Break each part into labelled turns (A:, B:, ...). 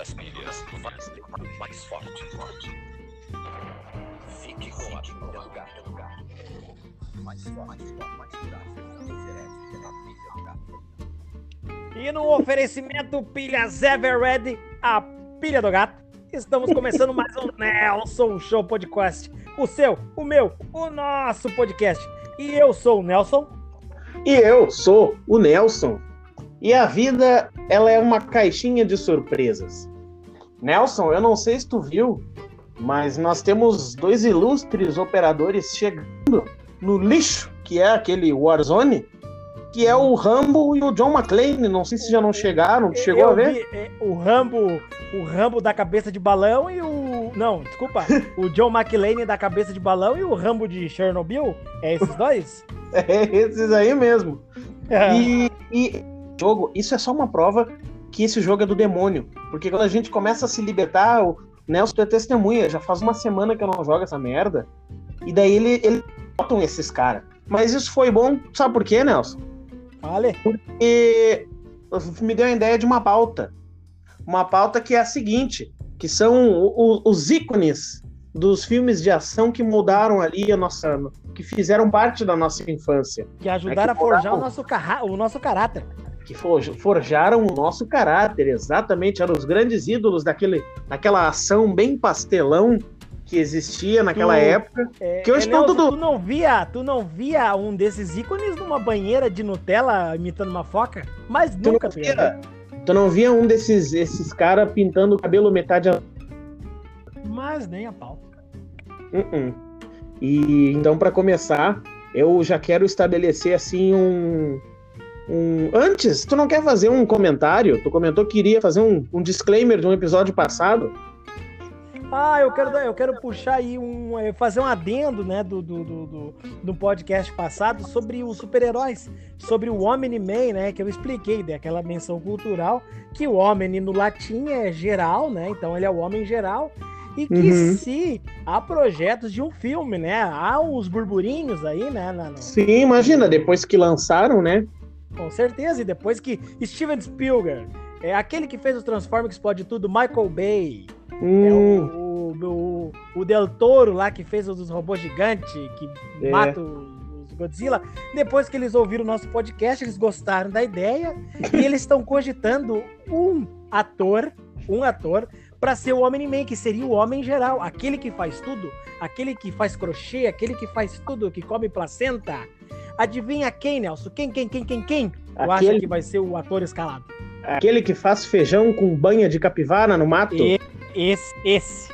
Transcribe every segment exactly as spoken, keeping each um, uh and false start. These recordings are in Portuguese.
A: das pilhas mais, mais forte. Fique com a pilha do gato. Mais forte, mais fácil. Diferente da pilha do gato.
B: E no oferecimento Pilhas Everready, a pilha do gato, estamos começando mais um Nelson Show Podcast. O seu, o meu, o nosso podcast. E eu sou o Nelson.
C: E eu sou o Nelson. E a vida, ela é uma caixinha de surpresas. Nelson, eu não sei se tu viu, mas nós temos dois ilustres operadores chegando no lixo, que é aquele Warzone, que é o Rambo e o John McClane. Não sei se já não chegaram, tu chegou
B: eu
C: a ver?
B: Vi, é, o Rambo, o Rambo da cabeça de balão e o... Não, desculpa. O John McClane da cabeça de balão e o Rambo de Chernobyl? É esses dois?
C: É, esses aí mesmo. E, e jogo, isso é só uma prova que esse jogo é do demônio. Porque quando a gente começa a se libertar, o Nelson é testemunha, já faz uma semana que eu não jogo essa merda. E daí ele, ele botam esses caras. Mas isso foi bom, sabe por quê, Nelson?
B: Vale.
C: Porque me deu a ideia de uma pauta. Uma pauta que é a seguinte, que são o, o, os ícones dos filmes de ação que mudaram ali a nossa... que fizeram parte da nossa infância.
B: Que ajudaram
C: é que
B: a forjar
C: mudaram,
B: o nosso, carra, o nosso caráter.
C: Que forjaram o nosso caráter, exatamente. Eram os grandes ídolos daquele, daquela ação bem pastelão que existia naquela
B: tu,
C: época.
B: É,
C: que hoje
B: é, Nelson,
C: tudo...
B: tu não via, tu não via um desses ícones numa banheira de Nutella imitando uma foca? Mas
C: tu
B: nunca
C: não via, tu não via um desses esses caras pintando o cabelo metade a...
B: Mas nem a pau.
C: Uh-uh. E então, para começar, eu já quero estabelecer assim um, um... Antes, tu não quer fazer um comentário? Tu comentou que iria fazer um, um disclaimer de um episódio passado.
B: Ah, eu quero, eu quero puxar aí um. Fazer um adendo, né, do, do, do, do, do podcast passado sobre os super-heróis, sobre o Omni-Man, né? Que eu expliquei, daquela menção cultural, que o Omni no latim é geral, né? Então ele é o homem geral. E que
C: Uhum.
B: se há projetos de um filme, né? Há uns burburinhos aí, né? Na, no...
C: Sim, imagina, depois que lançaram, né?
B: Com certeza, e depois que Steven Spielberg, é aquele que fez o Transformers que explode tudo, Michael Bay,
C: Hum.
B: é o, o, o, o Del Toro lá que fez os robôs gigantes que
C: É.
B: matam os Godzilla. Depois que eles ouviram o nosso podcast, eles gostaram da ideia e eles estão cogitando um ator, um ator para ser o Omni-Man, que seria o homem geral, aquele que faz tudo, aquele que faz crochê, aquele que faz tudo, que come placenta. Adivinha quem, Nelson? Quem, quem, quem, quem, quem? Tu
C: Aquele...
B: acha que vai ser o ator escalado?
C: Aquele que faz feijão com banha de capivara no mato?
B: E, esse, esse.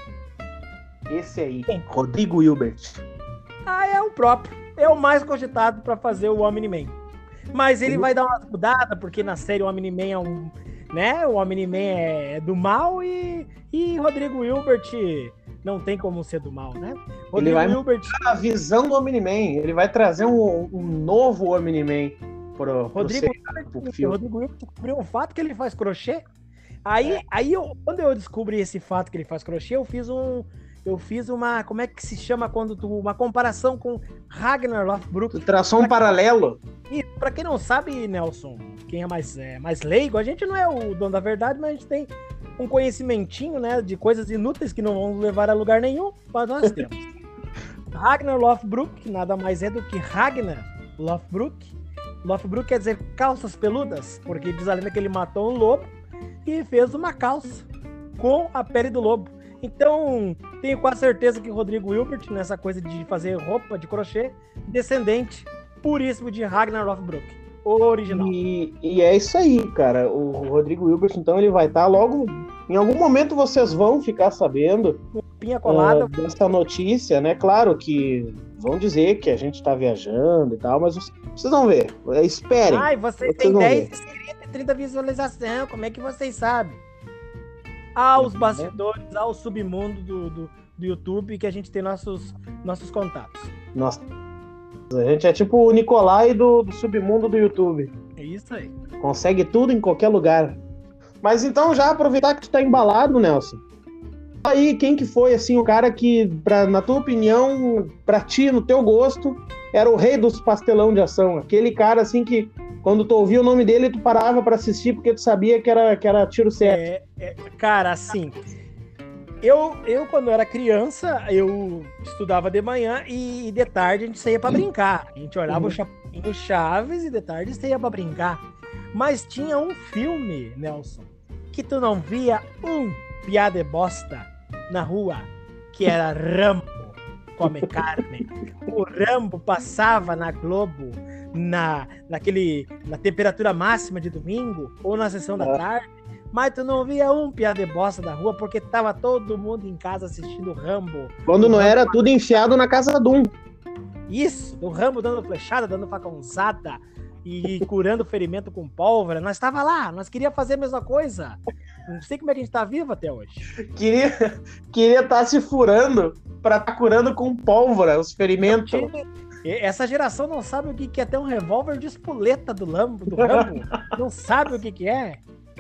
C: Esse aí, Rodrigo Hilbert.
B: Ah, é o próprio. É o mais cogitado para fazer o Omni-Man. Mas ele vai dar uma mudada, porque na série o Omni-Man é um... né? O Omni-Man é do mal e, e Rodrigo Hilbert não tem como ser do mal, né? Rodrigo
C: Ele vai
B: Hilbert...
C: mudar a visão do Omni-Man. Ele vai trazer um, um novo Omni-Man pro,
B: Rodrigo,
C: pro
B: Hilbert,
C: filme.
B: Rodrigo Hilbert descobriu um fato que ele faz crochê. Aí, é. aí eu, quando eu descobri esse fato que ele faz crochê, eu fiz um... Eu fiz uma... Como é que se chama quando tu... Uma comparação com Ragnar Lothbrok.
C: Tu traçou um paralelo.
B: E pra quem não sabe, Nelson, quem é mais, é mais leigo, a gente não é o dono da verdade, mas a gente tem um conhecimentinho, né, de coisas inúteis que não vão levar a lugar nenhum, mas nós temos. Ragnar Lothbrok, que nada mais é do que Ragnar Lothbrok. Lothbrok quer dizer calças peludas, porque diz a lenda que ele matou um lobo e fez uma calça com a pele do lobo. Então, tenho quase certeza que Rodrigo Hilbert, nessa coisa de fazer roupa de crochê, descendente puríssimo de Ragnar Lothbrok, o original.
C: E, e é isso aí, cara. O Rodrigo Hilbert, então, ele vai estar logo... Em algum momento vocês vão ficar sabendo
B: Pinha colada.
C: uh, dessa notícia, né? Claro que vão dizer que a gente tá viajando e tal, mas vocês vão ver. Esperem.
B: Ai, vocês têm dez inscritos e trinta visualizações. Como é que vocês sabem? Aos bastidores, ao submundo do, do, do YouTube, que a gente tem nossos, nossos contatos.
C: Nossa. A gente é tipo o Nicolai do, do submundo do YouTube.
B: É isso aí.
C: Consegue tudo em qualquer lugar. Mas então, já aproveitar que tu tá embalado, Nelson. Aí, quem que foi, assim, o cara que, pra, na tua opinião, pra ti, no teu gosto, era o rei dos pastelão de ação? Aquele cara, assim, que Quando tu ouvia o nome dele, tu parava pra assistir porque tu sabia que era, que era tiro certo.
B: É, é, cara, assim, eu, eu quando era criança, eu estudava de manhã e de tarde a gente saía pra brincar. A gente olhava
C: Uhum.
B: o Chapolin Chaves e de tarde saía pra brincar. Mas tinha um filme, Nelson, que tu não via um piá de bosta na rua, que era Rambo Come Carne. O Rambo passava na Globo na, naquele, na temperatura máxima de domingo ou na sessão da tarde, mas tu não via um piá de bosta da rua porque tava todo mundo em casa assistindo Rambo.
C: Quando não era tudo enfiado na casa de um.
B: Isso, do Rambo dando flechada, dando facãozada e curando ferimento com pólvora. Nós tava lá, nós queríamos fazer a mesma coisa. Não sei como é que a gente tá vivo até hoje.
C: Queria estar queria tá se furando pra estar tá curando com pólvora os ferimentos.
B: Essa geração não sabe o que que é ter um revólver de espoleta do Rambo, do Rambo. Não sabe o que que é.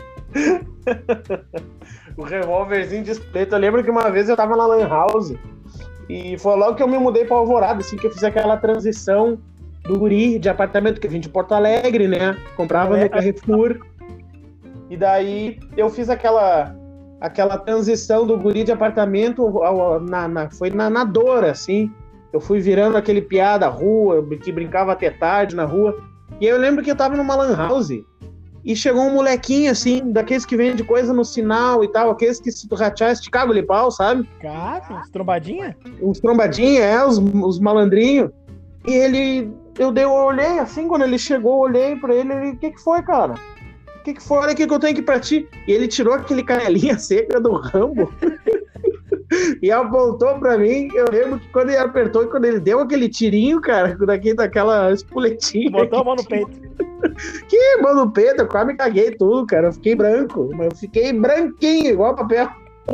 C: O revólverzinho de espoleta. Eu lembro que uma vez eu tava na Lan House e foi logo que eu me mudei pra Alvorada, assim, que eu fiz aquela transição do guri de apartamento, que eu vim de Porto Alegre, né? Comprava
B: É.
C: no Carrefour. E daí eu fiz aquela, aquela transição do guri de apartamento ao, na, na, foi na, na dor, assim. Eu fui virando aquele piá da rua, que brincava até tarde na rua. E aí eu lembro que eu tava numa lan house e chegou um molequinho, assim, daqueles que vende coisa no sinal e tal, aqueles que se tu rachar, esticava o pau, sabe?
B: Cara, uns trombadinha?
C: Uns trombadinhos, é, os, os malandrinhos. E ele, eu dei, eu olhei assim, quando ele chegou, eu olhei pra ele, ele, o que que foi, cara? O que que foi? Olha aqui que eu tenho aqui pra ti. E ele tirou aquele canelinha seca do Rambo e apontou pra mim. Eu lembro que quando ele apertou e quando ele deu aquele tirinho, cara, daqui, daquela espoletinha.
B: Botou a mão no peito.
C: Que mão no peito, eu quase me caguei tudo, cara. Eu fiquei branco, mas eu fiquei branquinho, igual papel.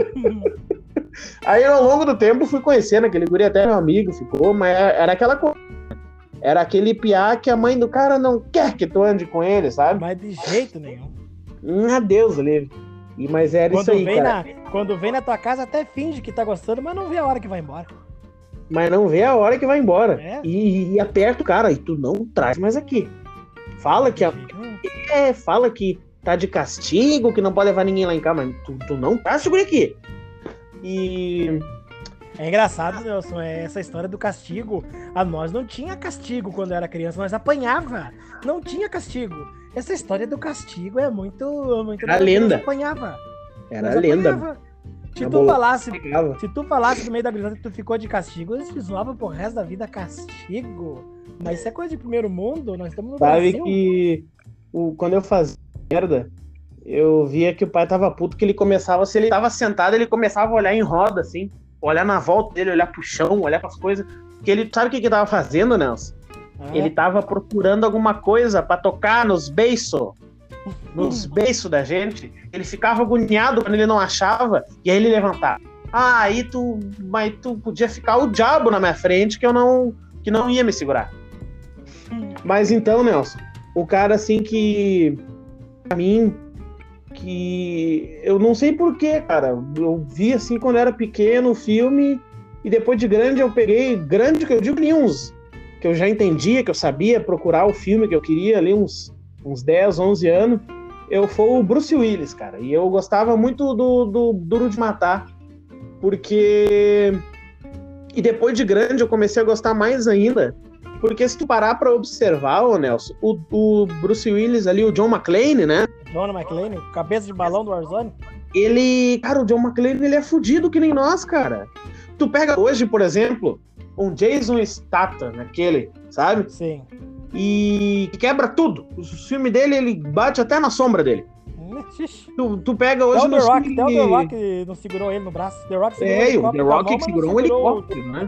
C: Aí ao longo do tempo fui conhecendo aquele guri, até meu amigo ficou, mas era aquela coisa. Era aquele piá que a mãe do cara não quer que tu ande com ele, sabe?
B: Mas de jeito nenhum.
C: Hum, Deus livre. E, mas era
B: Quando
C: isso aí,
B: vem,
C: cara.
B: na, quando vem na tua casa, até finge que tá gostando, mas não vê a hora que vai embora.
C: Mas não vê a hora que vai embora.
B: É.
C: E, e aperta o cara, e tu não traz mais aqui. Fala que, a, é, fala que tá de castigo, que não pode levar ninguém lá em casa, mas tu, tu não traz esse guri aqui. E...
B: É engraçado, Nelson, é essa história do castigo. A nós não tinha castigo quando era criança, nós apanhava. Não tinha castigo. Essa história do castigo é muito... muito
C: Era lenda.
B: Nós apanhava.
C: Era
B: Nós
C: lenda.
B: apanhava. Se
C: Na
B: tu,
C: bola-
B: falasse,
C: Pegava.
B: se tu falasse no meio da grisada que tu ficou de castigo, eles te zoavam pro resto da vida castigo. Mas isso é coisa de primeiro mundo, nós estamos no
C: Sabe
B: Brasil.
C: que o, quando eu fazia merda, eu via que o pai tava puto, que ele começava, se ele tava sentado, ele começava a olhar em roda, assim, olhar na volta dele, olhar pro chão, olhar pras coisas, que ele, sabe o que que tava fazendo, Nelson?
B: Ah,
C: Ele tava procurando alguma coisa pra tocar nos beiços, nos beiços da gente. Ele ficava agoniado quando ele não achava, e aí ele levantava. Ah, aí tu, mas tu podia ficar o diabo na minha frente que eu não, que não ia me segurar. Mas então, Nelson, o cara assim que, pra mim, que eu não sei porquê, cara, eu vi assim quando eu era pequeno o filme e depois de grande eu peguei, grande que eu digo ali uns, que eu já entendia, que eu sabia procurar o filme que eu queria ali uns, uns dez, onze anos, eu fui o Bruce Willis, cara, e eu gostava muito do, do Duro de Matar, porque... E depois de grande eu comecei a gostar mais ainda, porque se tu parar pra observar, ô Nelson, o, o Bruce Willis ali, o John McClane, né?
B: John McClane, cabeça de balão do Warzone.
C: Ele, cara, o John McClane, ele é fudido que nem nós, cara. Tu pega hoje, por exemplo, um Jason Statham, aquele, sabe?
B: Sim.
C: E quebra tudo. O filme dele, ele bate até na sombra dele. Tu, tu pega hoje
B: Até o The
C: no
B: Rock,
C: filme...
B: até o The Rock não segurou ele no braço. The Rock segurou
C: É, o
B: helicóptero
C: The
B: com a
C: Rock
B: mão, mas
C: segurou
B: não
C: um
B: segurou
C: helicóptero, né?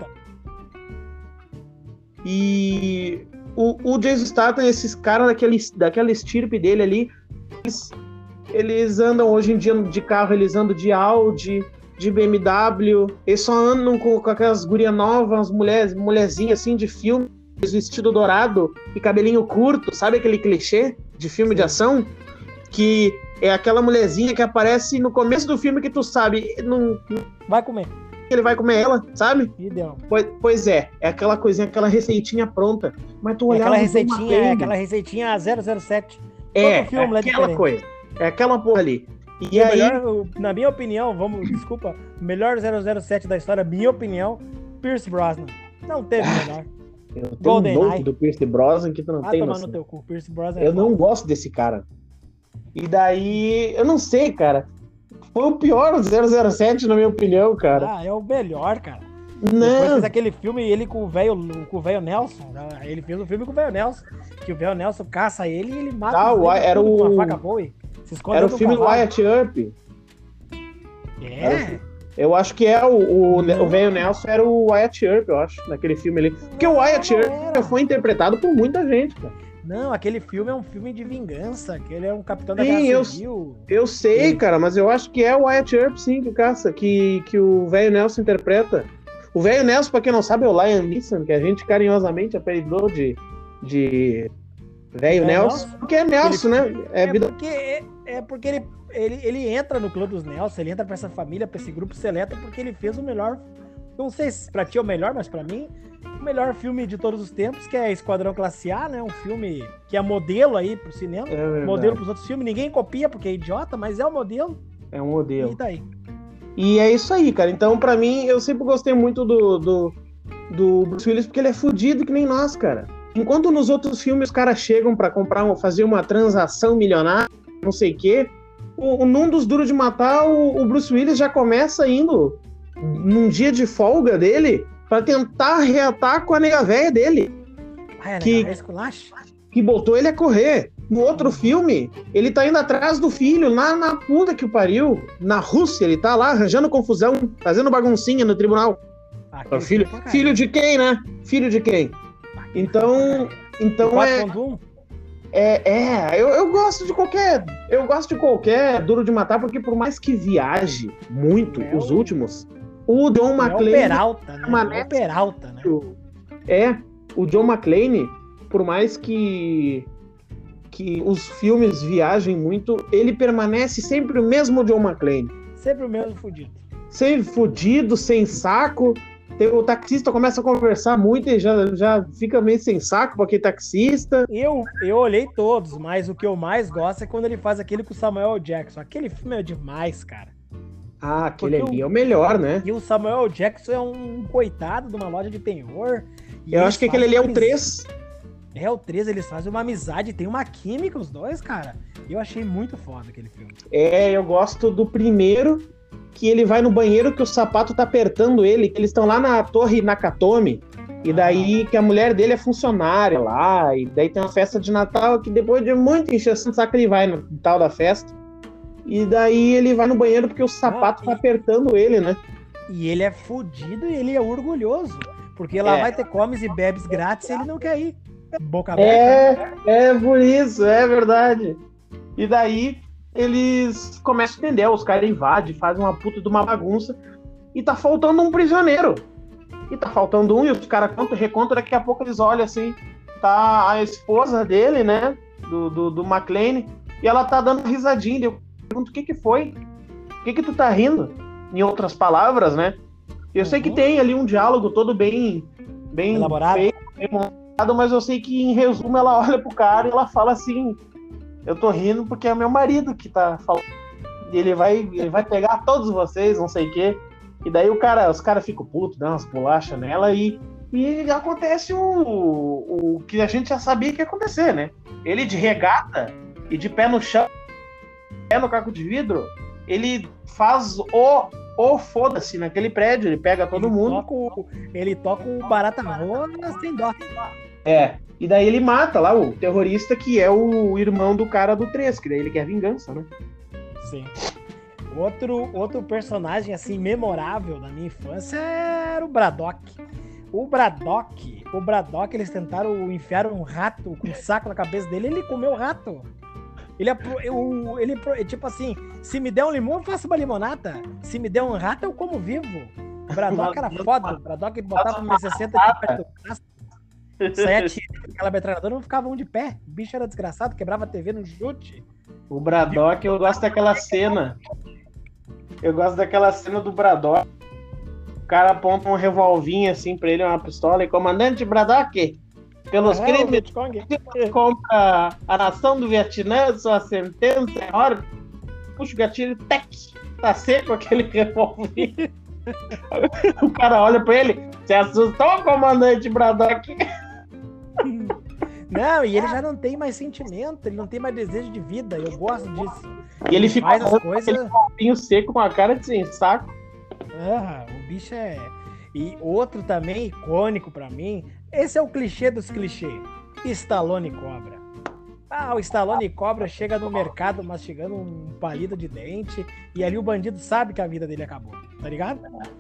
C: E o, o Jason Statham, esses caras daquele, daquela estirpe dele ali, eles, eles andam hoje em dia de carro, eles andam de Audi, de B M W, eles só andam com, com aquelas gurias novas, mulheres, mulherzinhas assim de filme, vestido dourado e cabelinho curto, sabe aquele clichê de filme
B: Sim.
C: de ação? Que é aquela mulherzinha que aparece no começo do filme que tu sabe, não,
B: Vai comer.
C: ele vai comer ela, sabe?
B: E deu.
C: Pois, pois é, é aquela coisinha, aquela receitinha pronta. Mas tu
B: É
C: olhava
B: aquela
C: o John
B: receitinha, é
C: McClane,
B: aquela receitinha zero zero sete.
C: é,
B: todo filme lá é
C: aquela
B: diferente.
C: coisa. É aquela porra ali. E
B: E o
C: aí,
B: melhor, o- na minha opinião, vamos, desculpa, o melhor zero zero sete da história, minha opinião, Pierce Brosnan. Não teve melhor.
C: eu tenho um
B: GoldenEye.
C: nojo do Pierce Brosnan que tu não
B: Vai
C: tem
B: tomar
C: noção.
B: no teu cu, Pierce Brosnan. é
C: Eu não
B: foda.
C: gosto desse cara. E daí, eu não sei, cara. Foi o pior zero zero sete, na minha opinião, cara.
B: Ah, é o melhor, cara. Depois
C: Não,
B: fez aquele filme, ele com o velho com o velho Nelson. né? Ele fez um filme com o velho Nelson. Que o velho Nelson caça ele e ele mata
C: Ah,
B: os
C: o-
B: negros
C: era
B: tudo com
C: o-
B: uma faca boa. e Se esconde
C: era o
B: dentro do
C: filme
B: cavalo.
C: Wyatt Earp.
B: É.
C: Eu acho que é o, o, o velho Nelson era o Wyatt Earp, eu acho, naquele filme ali. Porque o Wyatt
B: Não,
C: Earp
B: não
C: já
B: era.
C: foi interpretado por muita gente, cara.
B: Não, aquele filme é um filme de vingança. Que ele é um capitão da
C: Sim,
B: Guerra
C: eu-
B: Civil.
C: Eu sei,
B: Sim.
C: cara, mas eu acho que é o Wyatt Earp, sim, que caça, que, que o velho Nelson interpreta. O velho Nelson, pra quem não sabe, é o Liam Neeson, que a gente carinhosamente apelidou de, de velho
B: Velho
C: Nelson,
B: Nelson?
C: porque é Nelson, né? É
B: É
C: vida.
B: porque, é, é porque ele, ele, ele entra no clã dos Nelson, ele entra pra essa família, pra esse grupo seleto, porque ele fez o melhor. Não sei se pra ti é o melhor, mas pra mim, o melhor filme de todos os tempos, que é Esquadrão Classe A, né? Um filme que é modelo aí pro cinema.
C: É verdade.
B: Modelo pros outros filmes, ninguém copia porque é idiota, mas é o modelo.
C: É um modelo.
B: E daí?
C: E é isso aí, cara. Então, pra mim, eu sempre gostei muito do, do, do Bruce Willis, porque ele é fudido que nem nós, cara. Enquanto nos outros filmes os caras chegam pra comprar, um- fazer uma transação milionária, não sei o quê, o, o num dos Duros de Matar, o, o Bruce Willis já começa indo num dia de folga dele pra tentar reatar com a nega velha dele,
B: Ah, é,
C: Que-
B: que... esculacho?
C: que botou ele a correr. No outro filme, ele tá indo atrás do filho, lá na puta que o pariu, na Rússia, ele tá lá arranjando confusão, fazendo baguncinha no tribunal.
B: Ah,
C: É o filho, filho de quem, né? Filho de quem? Então, então é,
B: quatro ponto um?
C: é, é eu, eu gosto de qualquer, eu gosto de qualquer Duro de Matar, porque por mais que viaje muito,
B: É
C: os
B: o-
C: últimos, o John
B: É o
C: McClane
B: Peralta, né?
C: uma
B: É o
C: neta.
B: Peralta, né?
C: é o John McClane, por mais que que os filmes viajem muito, ele permanece sempre o mesmo John McClane.
B: Sempre o mesmo fudido.
C: Sem fudido, sem saco. Tem- O taxista começa a conversar muito e já, já fica meio sem saco pra aquele taxista.
B: Eu, eu olhei todos, mas o que eu mais gosto é quando ele faz aquele com o Samuel Jackson. Aquele filme é demais, cara.
C: Ah, aquele
B: Porque
C: ali
B: o-
C: é o melhor, né?
B: E o Samuel Jackson é um coitado de uma loja de penhor. e
C: Eu
B: eles
C: acho que aquele ali
B: fazem
C: é o
B: uma
C: três.
B: amiz- É o três, eles fazem uma amizade, tem uma química os dois, cara. Eu achei muito foda aquele filme.
C: É, eu gosto do primeiro, que ele vai no banheiro que o sapato tá apertando ele, que eles estão lá na torre Nakatomi, e daí que a mulher dele é funcionária lá, e daí tem uma festa de Natal que depois de muito encheção de saco ele vai no tal da festa. E daí ele vai no banheiro porque o sapato
B: e-
C: tá apertando ele, né?
B: E ele é fudido e ele é orgulhoso. Porque lá
C: É.
B: vai ter comes e bebes grátis e ele não quer ir. Boca aberta.
C: É, é por isso, é verdade. E daí eles começam a entender, os caras invadem, fazem uma puta de uma bagunça, e tá faltando um prisioneiro. E tá faltando um, e os caras contam, recontam, daqui a pouco eles olham assim, tá a esposa dele, né, do, do, do McClane, e ela tá dando uma risadinha, e eu pergunto, o que que foi? O que que tu tá rindo? Em outras palavras, né? Eu sei que
B: Uhum.
C: tem ali um diálogo todo bem, bem
B: Elaborado.
C: feito, bem montado, mas eu sei que, em resumo, ela olha pro cara e ela fala assim, eu tô rindo porque é meu marido que tá falando. E ele vai, ele vai pegar todos vocês, não sei o quê. E daí o cara, os caras ficam putos, dão umas bolachas nela e, e acontece o, o que a gente já sabia que ia acontecer, né? Ele de regata e de pé no chão, pé no caco de vidro, ele faz o, o foda-se naquele prédio, ele pega todo
B: ele
C: mundo.
B: Toca o, ele toca o barata rola sem dó.
C: É, e daí ele mata lá o terrorista que é o irmão do cara do três, que daí ele quer vingança, né?
B: Sim. Outro, outro personagem assim memorável da minha infância era o Braddock. O Braddock, o Braddock, eles tentaram enfiar um rato com um saco na cabeça dele, ele comeu o rato. Ele, apro- eu- ele, pro- tipo assim, se me der um limão, eu faço uma limonada. Se me der um rato, eu como vivo. O Braddock era foda. O Braddock botava uma sessenta de perto do braço. Saia tirando com aquela metralhadora, não ficava um de pé. O bicho era desgraçado, quebrava a T V no chute.
C: O Braddock, eu gosto daquela cena. Eu gosto daquela cena do Braddock O cara aponta um revolvinho assim pra ele, uma pistola, e comandante Braddock, pelos
B: É, o
C: crimes
B: Vietcong.
C: contra a nação do Vietnã, sua sentença é hora. Puxa o gatilho, tec, tá seco aquele revólver. O cara olha pra ele, se assustou, comandante Braddock?
B: Não, e ele já não tem mais sentimento, ele não tem mais desejo de vida, eu gosto disso.
C: E ele fica
B: faz as
C: com
B: coisas.
C: aquele copinho seco com a cara de sem saco.
B: Ah, o bicho é. E outro também icônico pra mim, esse é o clichê dos clichês. Stallone Cobra. Ah, o Stallone Cobra chega no mercado mastigando um palito de dente e ali o bandido sabe que a vida dele acabou, tá ligado?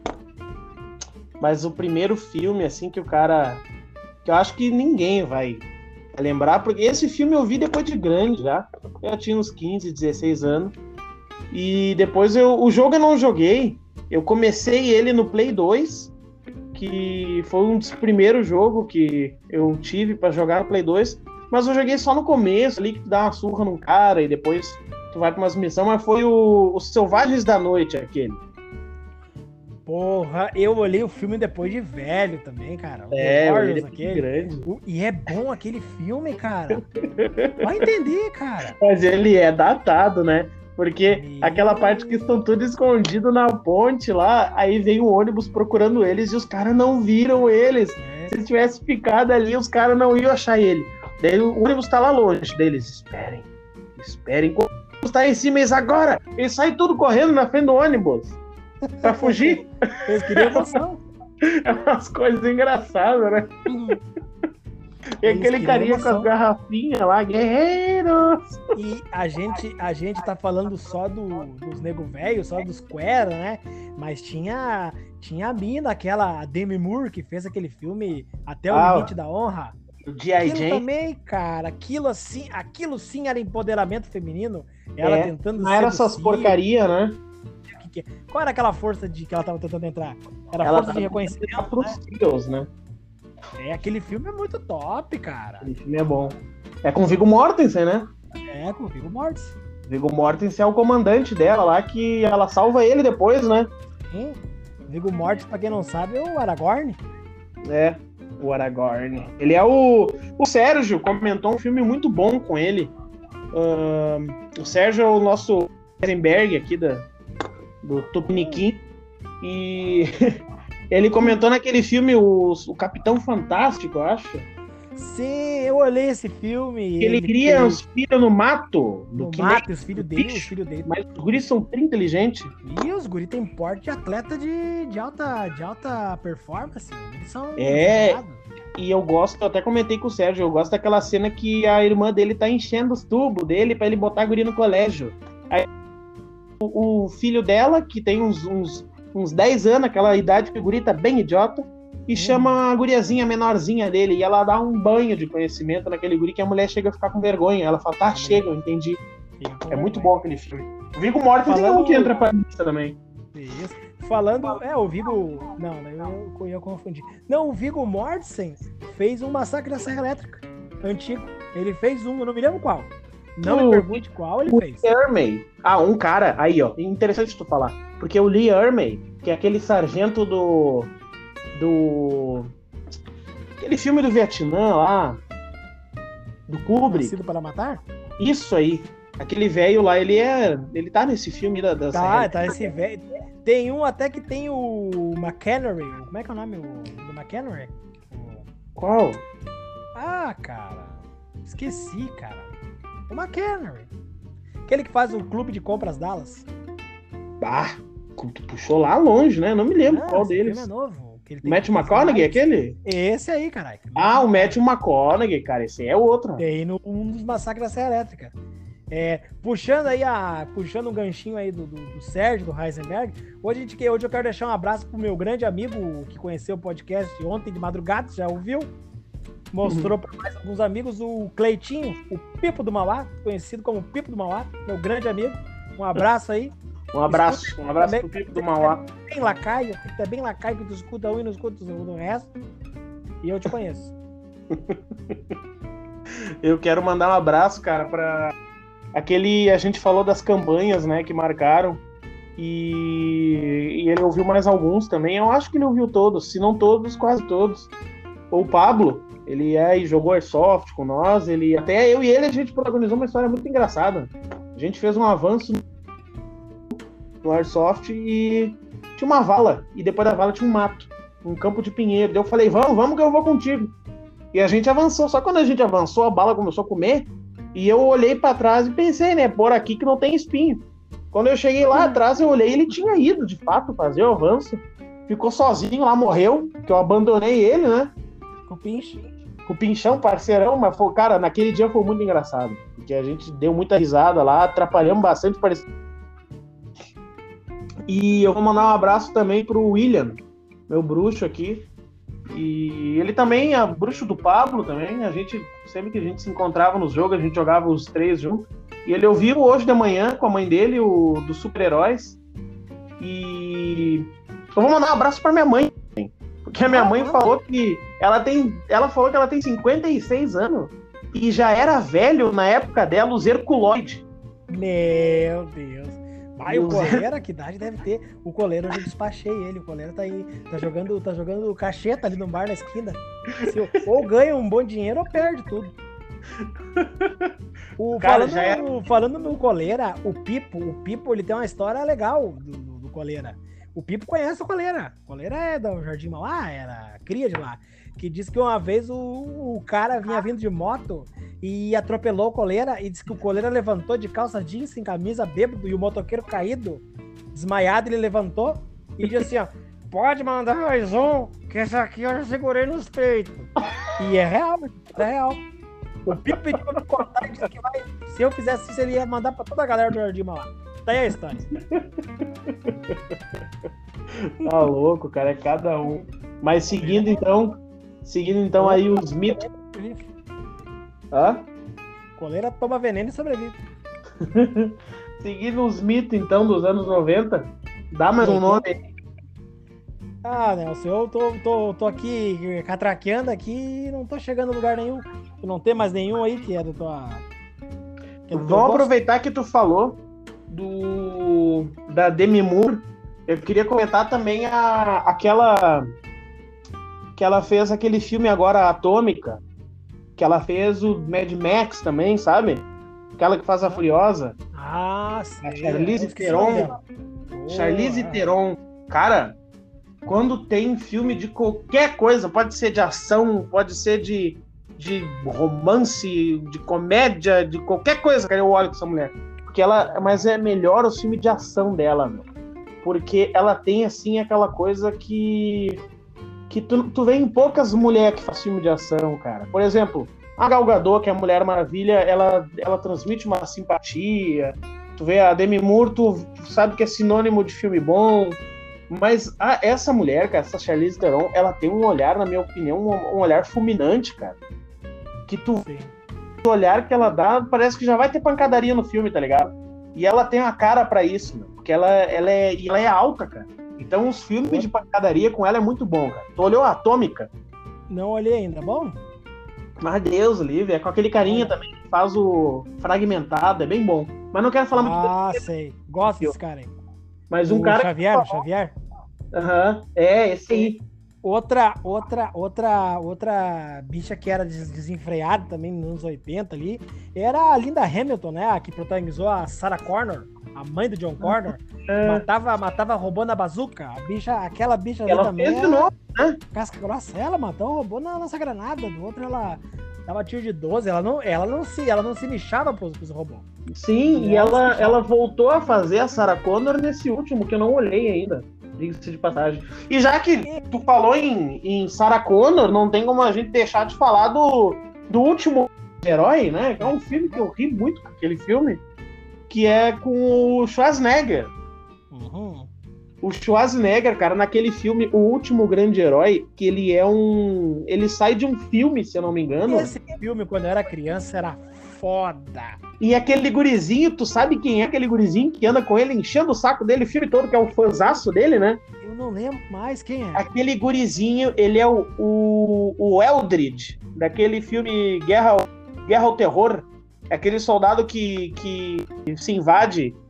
C: Mas o primeiro filme, assim, que o cara... Que eu acho que ninguém vai lembrar, porque esse filme eu vi depois de grande já. Eu tinha uns quinze, dezesseis anos. E depois eu... O jogo eu não joguei. Eu comecei ele no Play dois, que foi um dos primeiros jogos que eu tive pra jogar no Play dois. Mas eu joguei só no começo, ali, que tu dá uma surra num cara e depois tu vai pra umas missões. Mas foi o... Os Selvagens da Noite, aquele.
B: Porra, eu olhei o filme depois de velho também, cara. O
C: É,
B: The
C: eu
B: Warriors,
C: olhei depois de
B: aquele.
C: grande.
B: O- E é bom aquele filme, cara. Vai entender, cara.
C: Mas ele é datado, né? Porque
B: Meu.
C: aquela parte que estão todos escondidos na ponte lá, aí vem o ônibus procurando eles e os caras não viram eles.
B: É.
C: Se ele tivesse ficado ali, os caras não iam achar ele. Daí o ônibus tá lá longe deles. Esperem, esperem. Quando o ônibus tá em cima, eles agora! Eles saem tudo correndo na frente do ônibus. Pra fugir.
B: Eles queriam emoção.
C: É umas coisas engraçadas, né? E
B: Eles
C: aquele
B: queriam
C: carinha com
B: emoção.
C: as garrafinhas lá, guerreiros!
B: E a gente, a gente tá falando só do, dos nego velho, só dos Quera, né? Mas tinha, tinha a mina, aquela a Demi Moore, que fez aquele filme Até o
C: Ah,
B: Limite da Honra.
C: O G I.
B: Aquilo
C: Jane.
B: também, cara, aquilo assim, aquilo sim era empoderamento feminino. Ela
C: É,
B: tentando
C: não era essas
B: seduzir,
C: porcaria, né?
B: o que que é. Qual era aquela força de que ela tava tentando entrar? Era a
C: Ela
B: força de
C: tava
B: reconhecimento,
C: pros
B: né?
C: Seals, né?
B: É, aquele filme é muito top, cara.
C: Aquele filme é bom. É com o Viggo Mortensen, né?
B: É, com o Viggo Mortensen.
C: Viggo Mortensen é o comandante dela lá, que ela salva ele depois, né?
B: Sim. Viggo Mortensen, pra quem não sabe, é o Aragorn.
C: É, o Aragorn. Ele é o... O Sérgio comentou um filme muito bom com ele. Ahn, o Sérgio é o nosso Heisenberg aqui da, do Tupiniquim. E ele comentou naquele filme o, o Capitão Fantástico, eu acho.
B: Sim, eu olhei esse filme.
C: Que ele cria os filhos no mato.
B: no
C: que
B: mato,
C: nem
B: os filhos
C: do
B: dele,
C: bicho.
B: os filhos dele.
C: Mas os guris são tão inteligentes.
B: E os guri tem porte de atleta de, de, alta, de alta performance. Eles são
C: É.
B: treinados.
C: E eu gosto, eu até comentei com o Sérgio, eu gosto daquela cena que a irmã dele tá enchendo os tubos dele pra ele botar a guria no colégio. Aí o, o filho dela, que tem uns, uns, uns dez anos, aquela idade que o guri tá bem idiota, e
B: Hum.
C: chama a guriazinha menorzinha dele, e ela dá um banho de conhecimento naquele guri que a mulher chega a ficar com vergonha. Ela fala, tá, chega, eu entendi.
B: Fica com
C: É muito
B: vergonha.
C: bom aquele filme. O Viggo Mortensen é um
B: Falando-
C: que entra pra lista também.
B: Isso. Falando, é, o Viggo. Não, eu, eu, eu confundi. Não, o Viggo Mortensen fez um Massacre da Serra Elétrica antigo. Ele fez um, eu não me lembro qual. Não me
C: O-
B: pergunte qual ele
C: O
B: fez.
C: Lee Ermey. Ah, um cara. Aí, ó. Interessante tu falar. Porque o Lee Ermey, que é aquele sargento do. Do. Aquele filme do Vietnã lá. Do Kubrick.
B: Nascido para Matar?
C: Isso aí. Aquele velho lá, ele é. Ele tá nesse filme da. da
B: Tá,
C: Serra.
B: tá esse velho. Tem um até que tem o McHenry. Como é que é o nome o- do McHenry? O-
C: Qual?
B: Ah, cara. Esqueci, cara. O McHenry. Aquele que faz o clube de compras Dallas.
C: Ah, tu puxou lá longe, né? Não me lembro
B: Ah,
C: qual
B: esse
C: deles.
B: filme é novo. que ele tem
C: Matthew
B: que fazer
C: McConaughey,
B: mais.
C: aquele?
B: Esse aí, caralho.
C: Ah, o Matthew McConaughey, cara. Esse é outro.
B: Tem no um dos massacres da Serra Elétrica. É, puxando aí a. Puxando um ganchinho aí do, do, do Sérgio, do Heisenberg. Hoje, a gente, quer- hoje eu quero deixar um abraço pro meu grande amigo que conheceu o podcast ontem de madrugada, já ouviu? Mostrou para mais alguns amigos o Cleitinho, o Pipo do Mauá, conhecido como Pipo do Mauá, meu grande amigo. Um abraço aí.
C: Um abraço. Um abraço pro Pipo do Mauá.
B: Bem lacaio, tem que ter bem lacaio que tu escuta um e não escuta o resto. E eu te conheço.
C: Eu quero mandar um abraço, cara, pra aquele. A gente falou das campanhas, né, que marcaram. E, e ele ouviu mais alguns também. Eu acho que ele ouviu todos, se não todos, quase todos. O Pablo, ele é e jogou Airsoft com nós. Ele, até eu e ele, a gente protagonizou uma história muito engraçada. A gente fez um avanço no Airsoft e tinha uma vala. E depois da vala tinha um mato, um campo de pinheiro. Daí eu falei, vamos, vamos que eu vou contigo. E a gente avançou. Só que quando a gente avançou, a bala começou a comer. E eu olhei pra trás e pensei, né, por aqui que não tem espinho. Quando eu cheguei lá atrás, eu olhei e ele tinha ido, de fato, fazer o avanço. Ficou sozinho lá, morreu, que eu abandonei ele, né?
B: Com o pinche.
C: Com o pinchão, parceirão, mas, foi, cara, naquele dia foi muito engraçado. Porque a gente deu muita risada lá, atrapalhamos bastante. Parece... E eu vou mandar um abraço também pro William, meu bruxo aqui. E ele também é bruxo do Pablo também. A gente, sempre que a gente se encontrava nos jogos, a gente jogava os três juntos. E ele ouviu hoje de manhã com a mãe dele, o dos super-heróis. E eu vou mandar um abraço pra minha mãe, porque a minha mãe falou que ela tem, ela falou que ela tem cinquenta e seis anos e já era velho na época dela os Herculoide.
B: Meu Deus. Pai, o Coleira, que idade deve ter? O Coleira, eu já despachei ele. O Coleira tá aí, tá jogando, tá jogando cacheta ali no bar na esquina. Se eu, ou ganha um bom dinheiro ou perde tudo. O,
C: Cara,
B: falando,
C: é...
B: falando no Coleira, o Pipo, o Pipo, ele tem uma história legal do, do, do Coleira. O Pipo conhece o Coleira. O Coleira é do Jardim Mauá, era cria de lá. Que disse que uma vez o, o cara vinha vindo de moto e atropelou o Coleira e disse que o Coleira levantou de calça jeans, sem camisa, bêbado, e o motoqueiro caído, desmaiado, ele levantou e disse assim, ó, pode mandar mais um, que esse aqui eu já segurei nos peitos. E é real, é real. O Pipo pediu pra me contar e disse que vai, se eu fizesse isso, ele ia mandar pra toda a galera do Jardim Mauá. Tá aí a história.
C: Tá louco, cara, é cada um. Mas seguindo então, seguindo então aí os mitos. Hã?
B: Coleira toma veneno e sobrevive.
C: Seguindo os mitos então dos anos noventa, dá mais um nome aí.
B: Ah, Nelson, eu tô, tô, tô aqui catraqueando aqui e não tô chegando a lugar nenhum. Tu não tem mais nenhum aí que é do tua... Que é do
C: Vamos aproveitar que tu falou do da Demi Moore. Eu queria comentar também a, aquela que ela fez aquele filme agora, Atômica, que ela fez o Mad Max também, sabe? Aquela que faz a Furiosa.
B: Ah, sim.
C: A Charlize Theron. Charlize Theron. Cara, quando tem filme de qualquer coisa, pode ser de ação, pode ser de, de romance, de comédia, de qualquer coisa, cara, eu olho com essa mulher. Porque ela, mas é melhor o filme de ação dela, meu. Porque ela tem, assim, aquela coisa que que tu, tu vê em poucas mulheres que fazem filme de ação, cara. Por exemplo, a Gal Gadot, que é a Mulher Maravilha, ela, ela transmite uma simpatia. Tu vê a Demi Moore, tu sabe que é sinônimo de filme bom. Mas a, essa mulher, cara, essa Charlize Theron, ela tem um olhar, na minha opinião, um, um olhar fulminante, cara. Que tu vê, o olhar que ela dá, parece que já vai ter pancadaria no filme, tá ligado? E ela tem uma cara pra isso, meu, porque ela, ela, é, ela é alta, cara. Então os filmes de pancadaria com ela é muito bom, cara. Tu olhou a Atômica?
B: Não olhei ainda, bom?
C: Mas Deus, livre, é com aquele carinha também que faz o Fragmentado, é bem bom. Mas não quero falar muito
B: Ah, sei. Gosto desse cara aí.
C: Mas um
B: o
C: cara...
B: Xavier, o Xavier?
C: Aham, uhum, é, esse aí.
B: Outra, outra, outra, outra bicha que era des- desenfreada também nos anos oitenta ali, era a Linda Hamilton, né? A que protagonizou a Sarah Connor, a mãe do John Connor. É. Matava, matava roubando a bazuca. A bicha, aquela bicha ali
C: ela
B: também.
C: Ela fez de novo, né?
B: Casca grossa, ela matou, roubou na nossa granada. Do outro ela dava tiro de doze. Ela não, ela não, se, ela não se lixava pros, pros robôs.
C: Sim, e, e ela, ela, ela voltou a fazer a Sarah Connor nesse último, que eu não olhei ainda. Diga-se de passagem. E já que tu falou em, em Sarah Connor, não tem como a gente deixar de falar do, do último herói, né? Que é um filme que eu ri muito com aquele filme, que é com o Schwarzenegger.
B: Uhum.
C: O Schwarzenegger, cara, naquele filme, O Último Grande Herói, que ele é um... Ele sai de um filme, se eu não me engano.
B: Esse filme, quando eu era criança, era foda.
C: E aquele gurizinho, tu sabe quem é aquele gurizinho que anda com ele, enchendo o saco dele o filme todo, que é o fãzaço dele, né?
B: Eu não lembro mais quem é.
C: Aquele gurizinho, ele é o, o, o Eldridge, daquele filme Guerra, Guerra ao Terror. Aquele soldado que, que se invade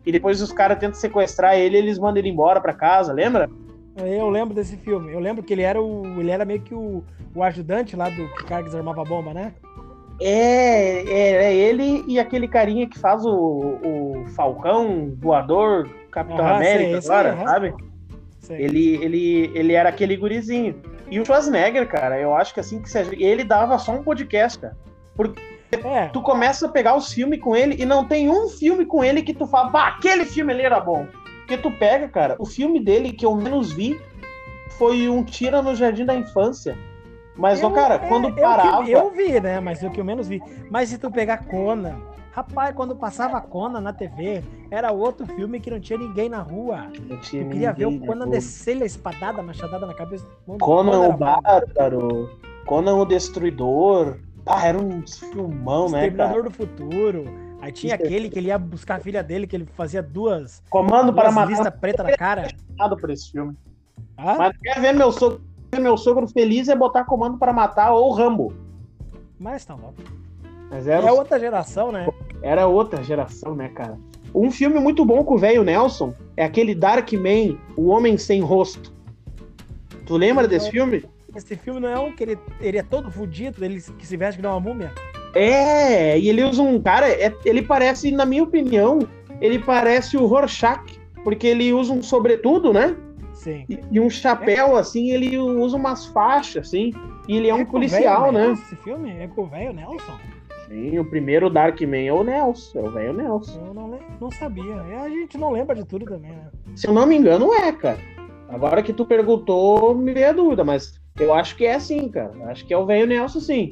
C: e depois os caras tentam sequestrar ele e eles mandam ele embora pra casa, lembra?
B: Eu lembro desse filme. Eu lembro que ele era o. Ele era meio que o, o ajudante lá do cara que desarmava a bomba, né?
C: É, é, é ele e aquele carinha que faz o, o Falcão, voador, Capitão
B: Ah,
C: América
B: sei,
C: agora,
B: sei, aham.
C: sabe?
B: Sei.
C: Ele, ele, ele era aquele gurizinho. E o Schwarzenegger, cara, eu acho que assim que seja. Ele dava só um podcast, cara. Porque
B: É,
C: tu começa a pegar os filmes com ele e não tem um filme com ele que tu fala, bah, aquele filme ali era bom. Porque tu pega, cara, o filme dele que eu menos vi foi um Tira no Jardim da Infância. Mas, ó,
B: eu-
C: cara,
B: é,
C: quando
B: eu que-
C: parava.
B: Eu, vi, né? Mas eu que eu menos vi. Mas se tu pegar Conan. Rapaz, quando passava Conan na T V, era outro filme que não tinha ninguém na rua.
C: Não tinha
B: Eu queria ver o
C: ninguém,
B: Conan
C: né?
B: descer a espadada, a machadada na cabeça do mundo.
C: Conan o
B: era bom.
C: Bárbaro, Conan o Destruidor. Pá, era um filmão, né,
B: Exterminador
C: cara?
B: do Futuro. Aí tinha
C: Exterminador.
B: aquele que ele ia buscar a filha dele, que ele fazia duas,
C: Comando para
B: duas
C: matar.
B: listas pretas na cara.
C: Nada por esse filme.
B: Ah,
C: Mas quer ver meu sogro, ver meu sogro feliz é botar Comando para Matar ou Rambo.
B: mas tá louco.
C: Mas
B: É
C: era,
B: outra geração, né?
C: era outra geração, né, cara? Um filme muito bom com o velho Nelson é aquele Dark Man, O Homem Sem Rosto. Tu lembra desse filme?
B: Esse filme não é um que ele, ele é todo fudido, ele que se veste que não é uma múmia.
C: É, e ele usa um cara, é- ele parece, na minha opinião, ele parece o Rorschach, porque ele usa um sobretudo, né?
B: Sim.
C: E, e um chapéu, assim, ele usa umas faixas, assim, e ele é um
B: com o
C: policial,
B: velho
C: né?
B: Nelson, esse filme é com o velho Nelson.
C: Sim, o primeiro Darkman é o Nelson, é o velho Nelson.
B: Eu não, le- não sabia. É, a gente não lembra de tudo também, né?
C: Se eu não me engano, é, cara. Agora que tu perguntou, me veio a dúvida, mas eu acho que é sim, cara. Acho que é o velho Nelson, sim.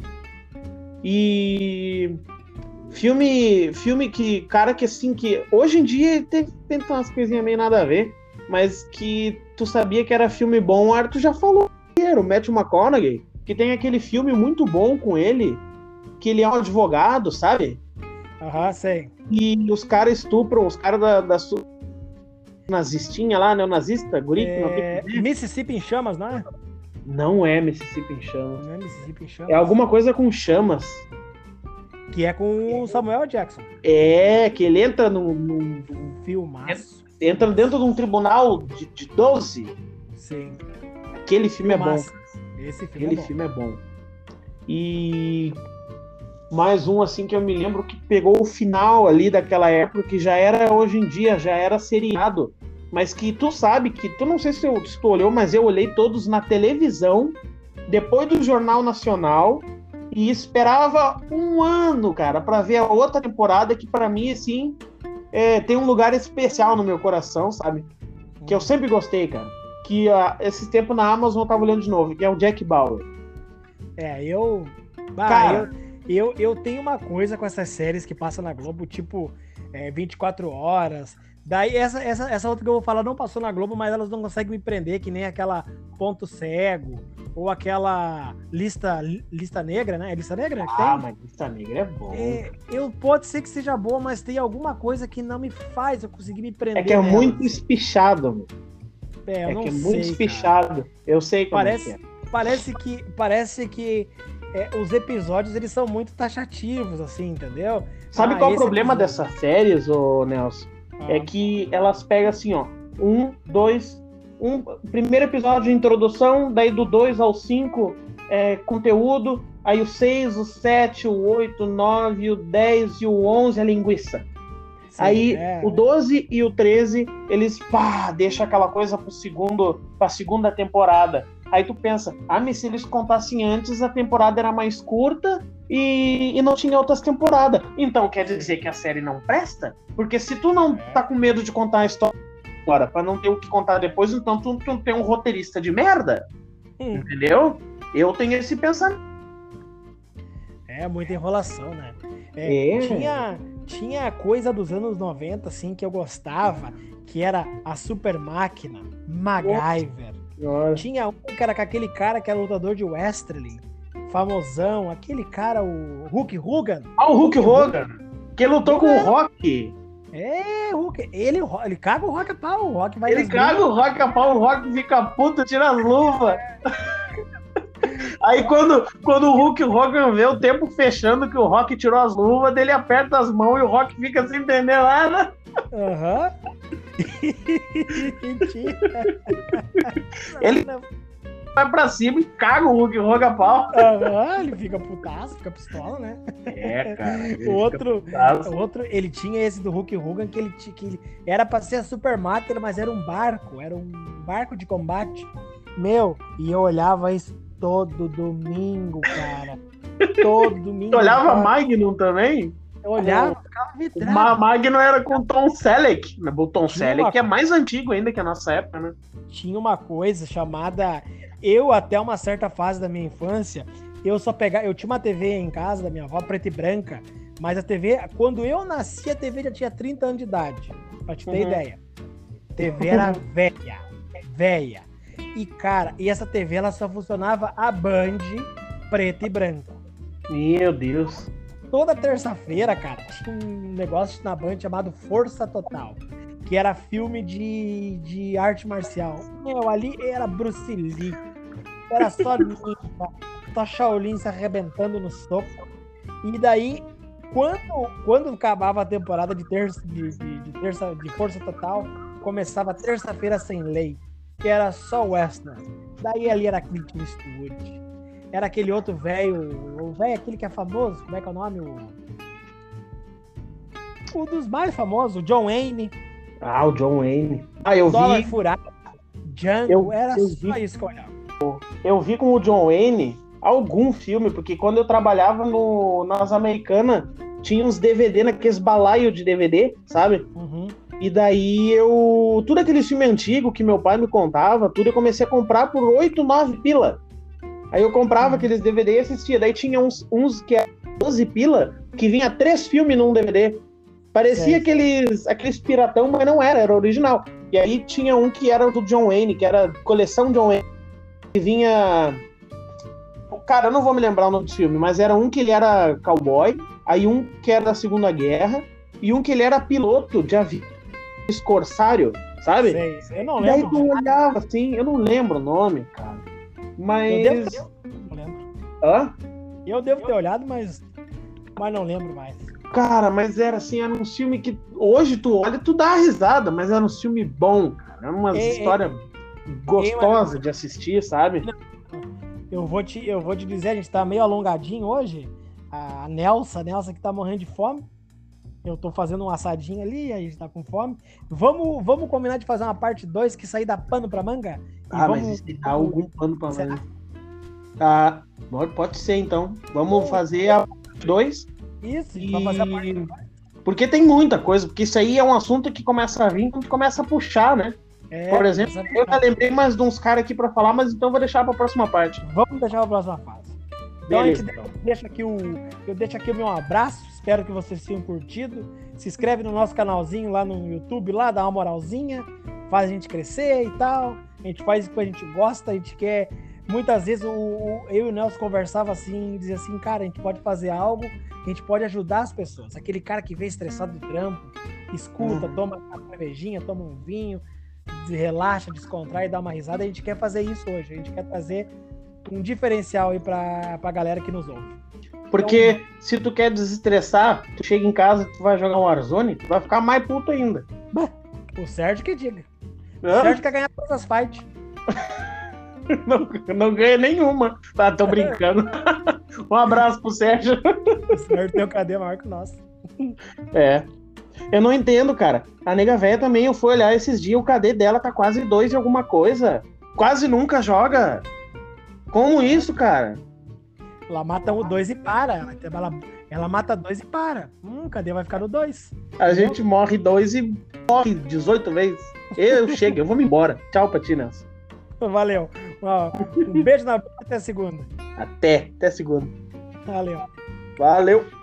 C: E filme, filme que, cara, que assim, que hoje em dia tem, tem umas coisinhas meio nada a ver, mas que tu sabia que era filme bom, o Arthur já falou, era o Matthew McConaughey, que tem aquele filme muito bom com ele, que ele é um advogado, sabe?
B: Aham, sei.
C: E os caras estupram, os caras da, da su- nazistinha lá, neonazista, guri, que não tem
B: É,
C: que ver.
B: Mississippi em Chamas, não é?
C: Não é Mississippi em Chamas.
B: Não é Mississippi em Chamas.
C: É alguma coisa com chamas.
B: Que é com o Samuel Jackson.
C: É, que ele entra num, num-
B: Filmaço.
C: entra dentro de um tribunal de, de doze.
B: Sim.
C: Aquele filme é bom.
B: Filmaço. Esse filme
C: Aquele
B: é bom.
C: filme é bom. E mais um assim que eu me lembro que pegou o final ali daquela época, que já era hoje em dia, já era seriado. Mas que tu sabe que, tu não sei se, eu, se tu olhou, mas eu olhei todos na televisão, depois do Jornal Nacional, e esperava um ano, cara, pra ver a outra temporada, que pra mim, assim, é, tem um lugar especial no meu coração, sabe? Que eu sempre gostei, cara. Que ah, esse tempo na Amazon eu tava olhando de novo, que é o Jack Bauer.
B: É, eu. Ah,
C: Cara.
B: eu, eu, eu tenho uma coisa com essas séries que passam na Globo, tipo, é, vinte e quatro horas. Daí, essa, essa, essa outra que eu vou falar não passou na Globo, mas elas não conseguem me prender, que nem aquela Ponto Cego, ou aquela Lista, lista Negra, né? É Lista Negra que tem?
C: Ah, mas Lista Negra é bom.
B: É, eu, pode ser que seja boa, mas tem alguma coisa que não me faz eu conseguir me prender.
C: É que é
B: nelas.
C: muito espichado, meu.
B: É, eu
C: É
B: não
C: que é
B: sei,
C: muito
B: cara.
C: espichado. Eu sei como
B: Parece,
C: é que é.
B: parece que, parece que é, os episódios eles são muito taxativos, assim, entendeu?
C: Sabe
B: Ah,
C: qual é o
B: esse
C: problema
B: episódio-
C: dessas séries, ô Nelson?
B: Ah,
C: É que elas pegam assim, ó. Um, dois, um. Primeiro episódio de introdução, daí do dois ao cinco é conteúdo, aí o seis, o sete, o oito, o nove, o dez e o onze é linguiça.
B: sim,
C: Aí
B: é,
C: o doze e o treze, eles pá, deixam aquela coisa pro segundo, pra segunda temporada. Aí tu pensa, ah, mas se eles contassem antes, a temporada era mais curta e, e não tinha outras temporadas. Então quer dizer que a série não presta? Porque se tu não tá com medo de contar a história agora, pra não ter o que contar depois, então tu, tu tem um roteirista de merda.
B: Hum,
C: Entendeu? Eu tenho esse pensamento.
B: é muita enrolação, né? É,
C: É.
B: Tinha, tinha coisa dos anos noventa, assim, que eu gostava, que era a Super Máquina, MacGyver. Tinha um que era com aquele cara que era lutador de wrestling, famosão, aquele cara, o Hulk Hogan.
C: Ah, o Hulk Hogan, que lutou com o Rock.
B: É, Hulk, ele, ele caga o Rock a pau, o Rock vai
C: Ele
B: nas
C: caga o Rock a pau, o Rock fica puto, tira as luvas. Aí quando, quando o Hulk Hogan vê o tempo fechando, que o Rock tirou as luvas, dele aperta as mãos e o Rock fica sem entender nada.
B: Aham. Mentira.
C: Ele vai pra cima e caga o Hulk Hogan a pau.
B: Aham, ele fica putaço, fica pistola, né?
C: É, cara.
B: O outro, o outro, ele tinha esse do Hulk Hogan que ele, tinha- que ele era pra ser a Super Mater, mas era um barco, era um barco de combate. Meu, e eu olhava isso todo domingo, cara. Todo domingo.
C: Tu olhava
B: cara.
C: Magnum também?
B: Eu olhava, ficava
C: O
B: vidrado.
C: Ma- Magnum era com Tom Selleck. Né? O Tom
B: Tinha
C: Selleck
B: uma-
C: é mais antigo ainda que a nossa época, né?
B: Tinha uma coisa chamada. Eu, até uma certa fase da minha infância, eu só pegava. Eu tinha uma T V em casa da minha avó, preta e branca, mas a T V, quando eu nasci, a T V já tinha trinta anos de idade, pra te ter
C: Uhum.
B: ideia. A T V era velha, velha. E, cara, e essa T V ela só funcionava a Band preto e branco.
C: Meu Deus.
B: Toda terça-feira, cara, tinha um negócio na Band chamado Força Total, que era filme de, de arte marcial. Meu, ali era Bruce Lee, era só ninja, só Shaolin se arrebentando no soco. E daí, quando, quando acabava a temporada de terça de, de, de terça de Força Total, começava terça-feira sem lei, que era só western. Daí ali era Clint Eastwood. Era aquele outro velho, o velho aquele que é famoso, como é que é o nome? O, o dos mais famosos, o John Wayne,
C: Ah, o John Wayne. Ah, eu
B: Dólar
C: vi,
B: Furado, Django,
C: Eu-
B: era
C: eu
B: só
C: vi.
B: isso que eu olhava.
C: eu vi com o John Wayne algum filme, porque quando eu trabalhava no, nas Americanas, tinha uns D V D naqueles balaios de D V D, sabe?
B: Uhum.
C: E daí eu. Tudo aquele filme antigo que meu pai me contava, tudo eu comecei a comprar por oito, nove pila. Aí eu comprava aqueles D V D e assistia. Daí tinha uns, uns que eram doze pila, que vinha três filmes num D V D. Parecia
B: Sei.
C: aqueles, aqueles piratão, mas não era, era original. E aí tinha um que era do John Wayne, que era coleção John Wayne, que vinha. Cara, eu não vou me lembrar o nome do filme, mas era um que ele era cowboy, aí um que era da Segunda Guerra, e um que ele era piloto de avião, corsário, sabe?
B: Sei, sei. Eu não
C: E daí
B: lembro.
C: tu olhava assim, eu não lembro o nome, cara.
B: Eu
C: Mas.
B: devo ter, não lembro.
C: Hã?
B: Eu devo ter olhado, mas, mas não lembro mais.
C: Cara, mas era assim, era um filme que hoje tu olha, tu dá risada, mas era um filme bom, cara. Era uma
B: Ei,
C: história gostosa de assistir, sabe?
B: Eu vou te, eu vou te dizer, a gente tá meio alongadinho hoje. A Nelsa, a Nelsa que tá morrendo de fome. Eu tô fazendo um assadinho ali, a gente tá com fome. Vamos, vamos combinar de fazer uma parte dois que sair da pano pra manga? E
C: Ah,
B: vamos,
C: mas isso dá algum pano pra
B: Será?
C: manga. Ah, pode, pode ser então. Vamos fazer a dois.
B: Isso,
C: E...
B: vamos fazer a parte dois.
C: Porque tem muita coisa, porque isso aí é um assunto que começa a vir quando começa a puxar, né?
B: É,
C: Por exemplo,
B: vamos
C: eu já lembrei mais de uns caras aqui pra falar, mas então vou deixar pra próxima parte.
B: Vamos deixar pra próxima fase. Então
C: Beleza.
B: a gente deixa aqui o, eu deixo aqui o meu abraço, espero que vocês tenham curtido. Se inscreve no nosso canalzinho lá no YouTube, lá, dá uma moralzinha, faz a gente crescer e tal. A gente faz o que a gente gosta, a gente quer. Muitas vezes o, o- eu e o Nelson conversava assim, dizia assim, cara, a gente pode fazer algo, a gente pode ajudar as pessoas. Aquele cara que vem estressado do trampo, escuta,
C: Uhum.
B: toma uma cervejinha, toma um vinho, se relaxa, descontrai, dá uma risada. A gente quer fazer isso hoje, a gente quer trazer um diferencial aí pra, pra galera que nos ouve.
C: Porque se tu quer desestressar, tu chega em casa, tu vai jogar um Warzone, tu vai ficar mais puto ainda.
B: O Sérgio que diga. O
C: Hã?
B: Sérgio quer ganhar todas as fights.
C: Não, não ganha nenhuma. Tá, tô brincando. Um abraço pro Sérgio.
B: O Sérgio tem um cadê maior que o nosso.
C: É. Eu não entendo, cara. A nega véia também, eu fui olhar esses dias, o K D dela tá quase dois e alguma coisa. Quase nunca joga. Como isso, cara?
B: Ela mata o dois e para. Ela, ela, ela mata dois e para. Hum, cadê? Vai ficar no dois.
C: A gente morre dois e morre dezoito vezes. Eu chego, eu vou me embora. Tchau pra ti, Nelson.
B: Valeu. Ó, um beijo na boca até segunda.
C: Até. Até segunda.
B: Valeu.
C: Valeu.